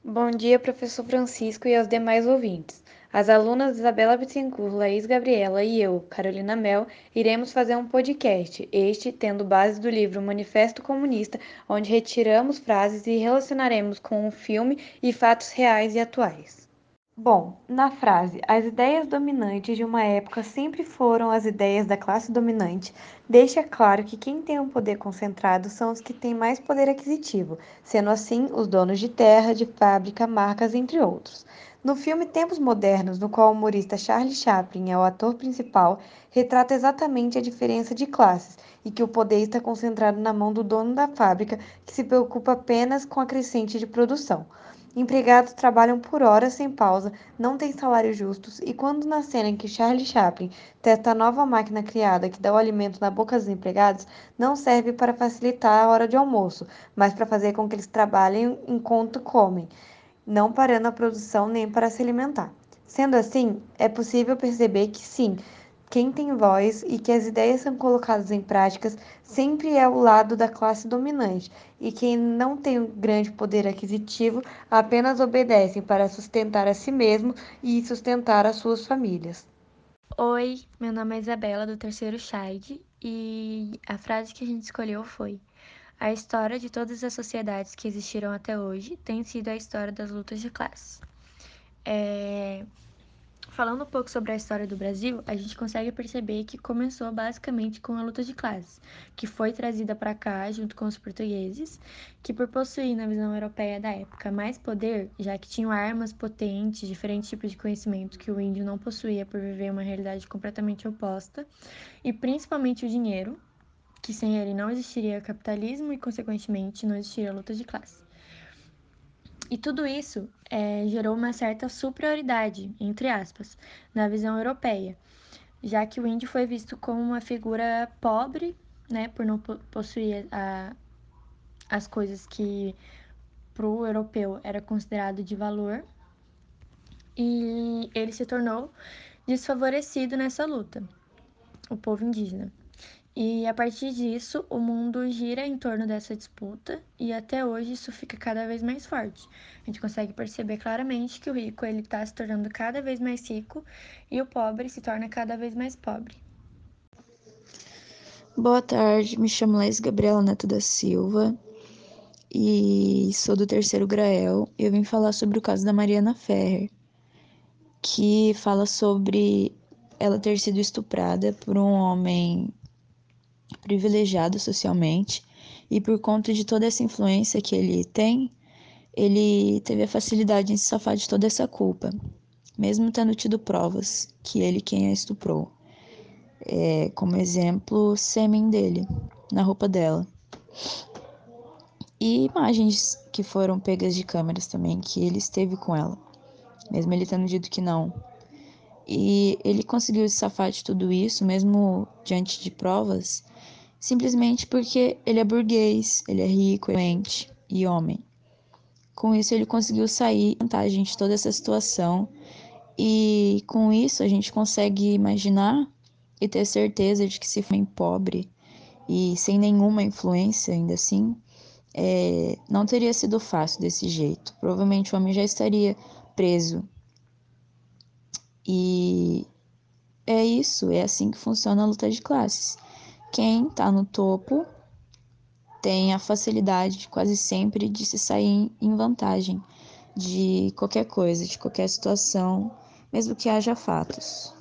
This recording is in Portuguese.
Bom dia, professor Francisco e aos demais ouvintes. As alunas Isabela Bittencourt, Laís Gabriela e eu, Carolina Mel, iremos fazer um podcast, este tendo base do livro Manifesto Comunista, onde retiramos frases e relacionaremos com o filme e fatos reais e atuais. Bom, na frase "as ideias dominantes de uma época sempre foram as ideias da classe dominante", deixa claro que quem tem o poder concentrado são os que têm mais poder aquisitivo, sendo assim os donos de terra, de fábrica, marcas, entre outros. No filme Tempos Modernos, no qual o humorista Charlie Chaplin é o ator principal, retrata exatamente a diferença de classes e que o poder está concentrado na mão do dono da fábrica, que se preocupa apenas com a crescente de produção. Empregados trabalham por horas sem pausa, não têm salários justos, e quando na cena em que Charlie Chaplin testa a nova máquina criada que dá o alimento na boca dos empregados, não serve para facilitar a hora de almoço, mas para fazer com que eles trabalhem enquanto comem, não parando a produção nem para se alimentar. Sendo assim, é possível perceber que sim, quem tem voz e que as ideias são colocadas em práticas sempre é o lado da classe dominante, e quem não tem um grande poder aquisitivo apenas obedecem para sustentar a si mesmo e sustentar as suas famílias. Oi, meu nome é Isabela, do terceiro Shide, e a frase que a gente escolheu foi: a história de todas as sociedades que existiram até hoje tem sido a história das lutas de classe. Falando um pouco sobre a história do Brasil, a gente consegue perceber que começou basicamente com a luta de classes, que foi trazida para cá junto com os portugueses, que por possuir na visão europeia da época mais poder, já que tinham armas potentes, diferentes tipos de conhecimento que o índio não possuía por viver uma realidade completamente oposta, e principalmente o dinheiro, que sem ele não existiria capitalismo e, consequentemente, não existiria luta de classe. E tudo isso gerou uma certa superioridade, entre aspas, na visão europeia, já que o índio foi visto como uma figura pobre, né, por não possuir as coisas que para o europeu era considerado de valor, e ele se tornou desfavorecido nessa luta, o povo indígena. E a partir disso, o mundo gira em torno dessa disputa e até hoje isso fica cada vez mais forte. A gente consegue perceber claramente que o rico ele está se tornando cada vez mais rico e o pobre se torna cada vez mais pobre. Boa tarde, me chamo Laís Gabriela Neto da Silva e sou do terceiro Grael. Eu vim falar sobre o caso da Mariana Ferrer, que fala sobre ela ter sido estuprada por um homem privilegiado socialmente e por conta de toda essa influência que ele tem, ele teve a facilidade em se safar de toda essa culpa, mesmo tendo tido provas que ele quem a estuprou. Como exemplo, o sêmen dele na roupa dela. E imagens que foram pegas de câmeras também, que ele esteve com ela, mesmo ele tendo dito que não. E ele conseguiu se safar de tudo isso, mesmo diante de provas, simplesmente porque ele é burguês, ele é rico, é doente e homem. Com isso, ele conseguiu sair vantagem de toda essa situação. E com isso, a gente consegue imaginar e ter certeza de que se for pobre e sem nenhuma influência, ainda assim, não teria sido fácil desse jeito. Provavelmente o homem já estaria preso. E é isso, é assim que funciona a luta de classes. Quem está no topo tem a facilidade quase sempre de se sair em vantagem de qualquer coisa, de qualquer situação, mesmo que haja fatos.